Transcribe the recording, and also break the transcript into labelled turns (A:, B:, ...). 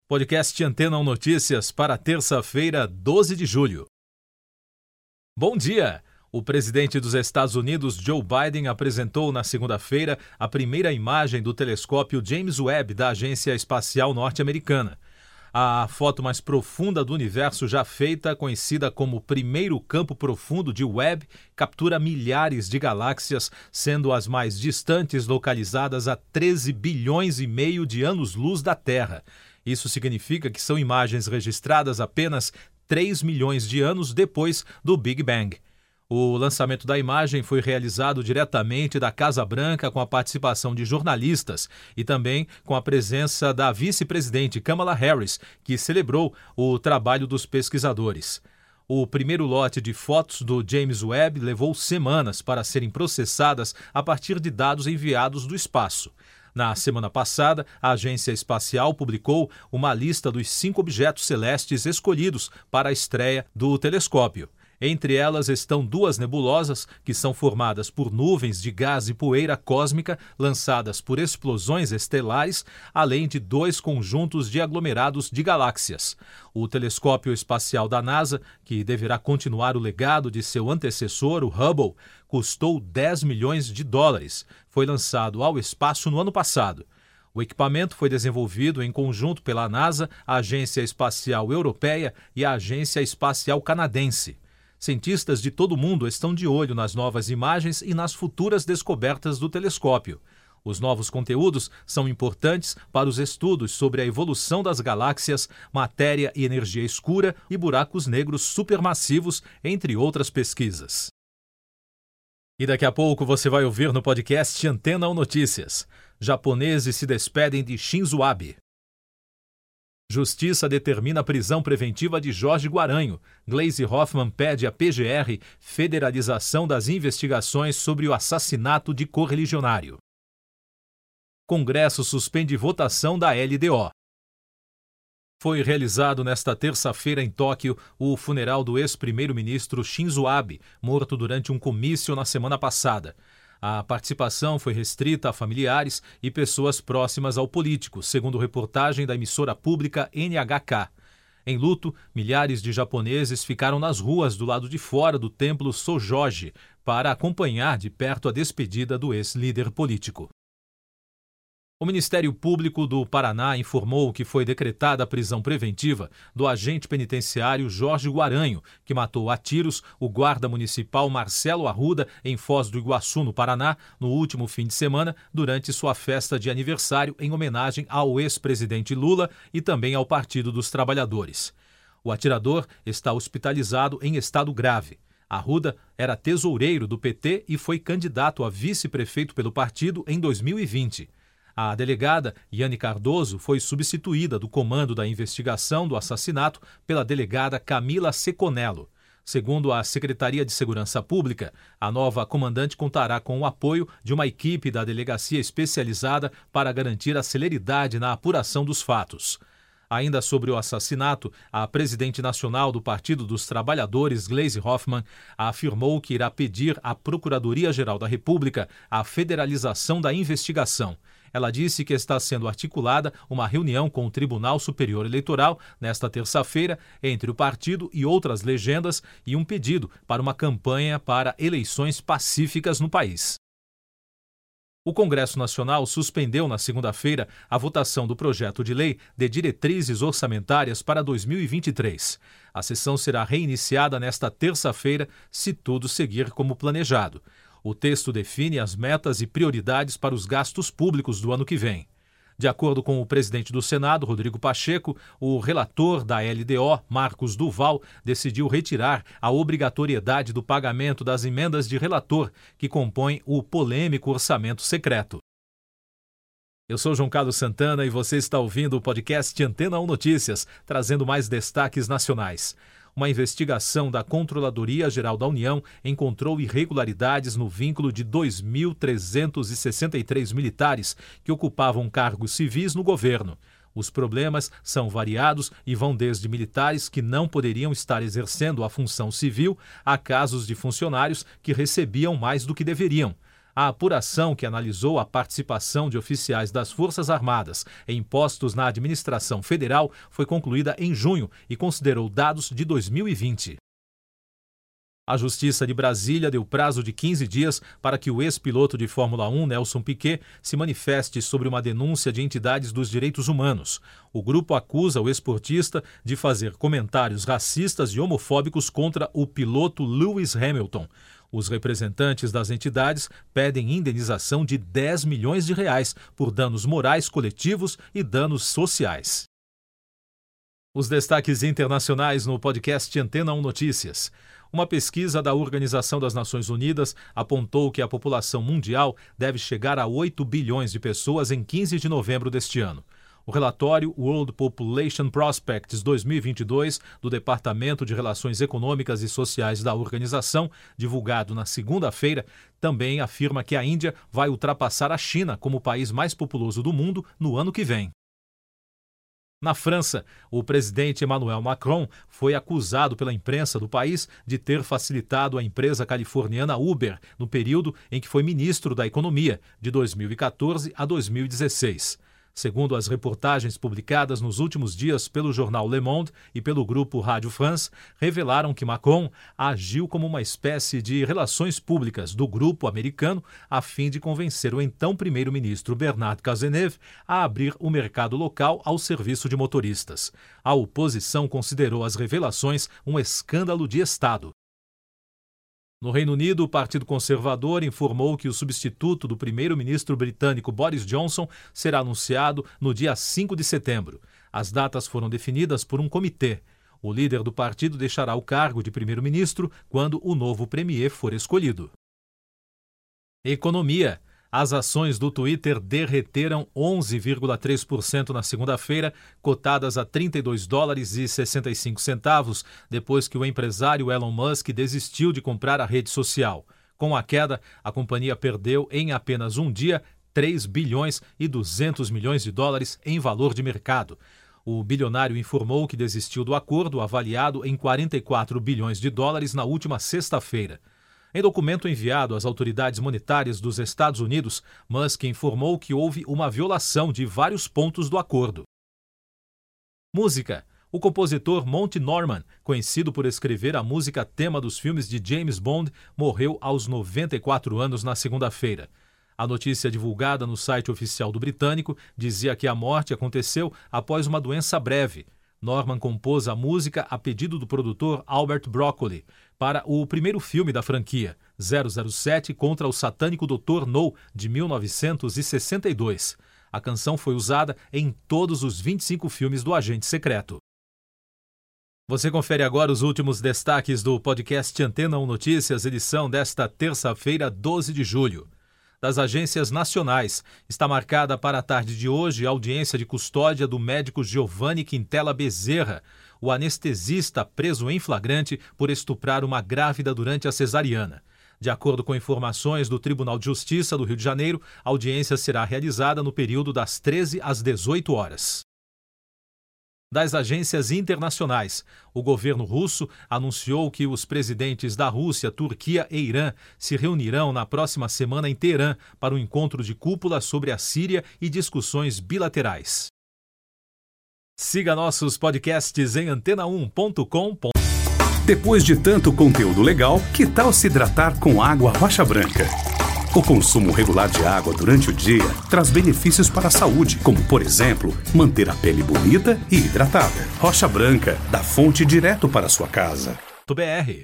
A: Podcast Antena 1 Notícias para terça-feira, 12 de julho. Bom dia! O presidente dos Estados Unidos, Joe Biden, apresentou na segunda-feira a primeira imagem do telescópio James Webb da Agência Espacial Norte-Americana. A foto mais profunda do universo já feita, conhecida como primeiro campo profundo de Webb, captura milhares de galáxias, sendo as mais distantes localizadas a 13 bilhões e meio de anos-luz da Terra. Isso significa que são imagens registradas apenas 3 milhões de anos depois do Big Bang. O lançamento da imagem foi realizado diretamente da Casa Branca com a participação de jornalistas e também com a presença da vice-presidente Kamala Harris, que celebrou o trabalho dos pesquisadores. O primeiro lote de fotos do James Webb levou semanas para serem processadas a partir de dados enviados do espaço. Na semana passada, a Agência Espacial publicou uma lista dos 5 objetos celestes escolhidos para a estreia do telescópio. Entre elas estão 2 nebulosas, que são formadas por nuvens de gás e poeira cósmica lançadas por explosões estelares, além de 2 conjuntos de aglomerados de galáxias. O telescópio espacial da NASA, que deverá continuar o legado de seu antecessor, o Hubble, custou 10 milhões de dólares. Foi lançado ao espaço no ano passado. O equipamento foi desenvolvido em conjunto pela NASA, a Agência Espacial Europeia e a Agência Espacial Canadense. Cientistas de todo o mundo estão de olho nas novas imagens e nas futuras descobertas do telescópio. Os novos conteúdos são importantes para os estudos sobre a evolução das galáxias, matéria e energia escura e buracos negros supermassivos, entre outras pesquisas. E daqui a pouco você vai ouvir no podcast Antena 1 Notícias. Japoneses se despedem de Shinzo Abe. Justiça determina a prisão preventiva de Jorge Guaranho. Gleisi Hoffmann pede à PGR federalização das investigações sobre o assassinato de correligionário. Congresso suspende votação da LDO. Foi realizado nesta terça-feira em Tóquio o funeral do ex-primeiro-ministro Shinzo Abe, morto durante um comício na semana passada. A participação foi restrita a familiares e pessoas próximas ao político, segundo reportagem da emissora pública NHK. Em luto, milhares de japoneses ficaram nas ruas do lado de fora do templo Sojoji para acompanhar de perto a despedida do ex-líder político. O Ministério Público do Paraná informou que foi decretada a prisão preventiva do agente penitenciário Jorge Guaranho, que matou a tiros o guarda municipal Marcelo Arruda em Foz do Iguaçu, no Paraná, no último fim de semana, durante sua festa de aniversário em homenagem ao ex-presidente Lula e também ao Partido dos Trabalhadores. O atirador está hospitalizado em estado grave. Arruda era tesoureiro do PT e foi candidato a vice-prefeito pelo partido em 2020. A delegada Yane Cardoso foi substituída do comando da investigação do assassinato pela delegada Camila Seconello. Segundo a Secretaria de Segurança Pública, a nova comandante contará com o apoio de uma equipe da delegacia especializada para garantir a celeridade na apuração dos fatos. Ainda sobre o assassinato, a presidente nacional do Partido dos Trabalhadores, Gleisi Hoffmann, afirmou que irá pedir à Procuradoria-Geral da República a federalização da investigação. Ela disse que está sendo articulada uma reunião com o Tribunal Superior Eleitoral nesta terça-feira entre o partido e outras legendas e um pedido para uma campanha para eleições pacíficas no país. O Congresso Nacional suspendeu na segunda-feira a votação do projeto de lei de diretrizes orçamentárias para 2023. A sessão será reiniciada nesta terça-feira, se tudo seguir como planejado. O texto define as metas e prioridades para os gastos públicos do ano que vem. De acordo com o presidente do Senado, Rodrigo Pacheco, o relator da LDO, Marcos Duval, decidiu retirar a obrigatoriedade do pagamento das emendas de relator, que compõem o polêmico orçamento secreto. Eu sou João Carlos Santana e você está ouvindo o podcast Antena 1 Notícias, trazendo mais destaques nacionais. Uma investigação da Controladoria-Geral da União encontrou irregularidades no vínculo de 2.363 militares que ocupavam cargos civis no governo. Os problemas são variados e vão desde militares que não poderiam estar exercendo a função civil a casos de funcionários que recebiam mais do que deveriam. A apuração que analisou a participação de oficiais das Forças Armadas em postos na administração federal foi concluída em junho e considerou dados de 2020. A Justiça de Brasília deu prazo de 15 dias para que o ex-piloto de Fórmula 1, Nelson Piquet, se manifeste sobre uma denúncia de entidades dos direitos humanos. O grupo acusa o esportista de fazer comentários racistas e homofóbicos contra o piloto Lewis Hamilton. Os representantes das entidades pedem indenização de R$10 milhões por danos morais coletivos e danos sociais. Os destaques internacionais no podcast Antena 1 Notícias. Uma pesquisa da Organização das Nações Unidas apontou que a população mundial deve chegar a 8 bilhões de pessoas em 15 de novembro deste ano. O relatório World Population Prospects 2022 do Departamento de Relações Econômicas e Sociais da organização, divulgado na segunda-feira, também afirma que a Índia vai ultrapassar a China como o país mais populoso do mundo no ano que vem. Na França, o presidente Emmanuel Macron foi acusado pela imprensa do país de ter facilitado a empresa californiana Uber no período em que foi ministro da Economia, de 2014 a 2016. Segundo as reportagens publicadas nos últimos dias pelo jornal Le Monde e pelo grupo Radio France, revelaram que Macron agiu como uma espécie de relações públicas do grupo americano a fim de convencer o então primeiro-ministro Bernard Cazeneuve a abrir o mercado local ao serviço de motoristas. A oposição considerou as revelações um escândalo de Estado. No Reino Unido, o Partido Conservador informou que o substituto do primeiro-ministro britânico Boris Johnson será anunciado no dia 5 de setembro. As datas foram definidas por um comitê. O líder do partido deixará o cargo de primeiro-ministro quando o novo premier for escolhido. Economia. As ações do Twitter derreteram 11,3% na segunda-feira, cotadas a $32,65, depois que o empresário Elon Musk desistiu de comprar a rede social. Com a queda, a companhia perdeu em apenas um dia $3 bilhões e 200 milhões em valor de mercado. O bilionário informou que desistiu do acordo avaliado em $44 bilhões na última sexta-feira. Em documento enviado às autoridades monetárias dos Estados Unidos, Musk informou que houve uma violação de vários pontos do acordo. Música. O compositor Monty Norman, conhecido por escrever a música tema dos filmes de James Bond, morreu aos 94 anos na segunda-feira. A notícia divulgada no site oficial do britânico dizia que a morte aconteceu após uma doença breve. Norman compôs a música a pedido do produtor Albert Broccoli para o primeiro filme da franquia, 007 contra o satânico Dr. No, de 1962. A canção foi usada em todos os 25 filmes do Agente Secreto. Você confere agora os últimos destaques do podcast Antena 1 Notícias, edição desta terça-feira, 12 de julho. Das agências nacionais, está marcada para a tarde de hoje a audiência de custódia do médico Giovanni Quintela Bezerra, o anestesista preso em flagrante por estuprar uma grávida durante a cesariana. De acordo com informações do Tribunal de Justiça do Rio de Janeiro, a audiência será realizada no período das 13 às 18 horas. Das agências internacionais, o governo russo anunciou que os presidentes da Rússia, Turquia e Irã se reunirão na próxima semana em Teherã para um encontro de cúpula sobre a Síria e discussões bilaterais. Siga nossos podcasts em antena1.com.
B: Depois de tanto conteúdo legal, que tal se hidratar com água Rocha Branca? O consumo regular de água durante o dia traz benefícios para a saúde, como, por exemplo, manter a pele bonita e hidratada. Rocha Branca, da fonte direto para a sua casa.
A: BR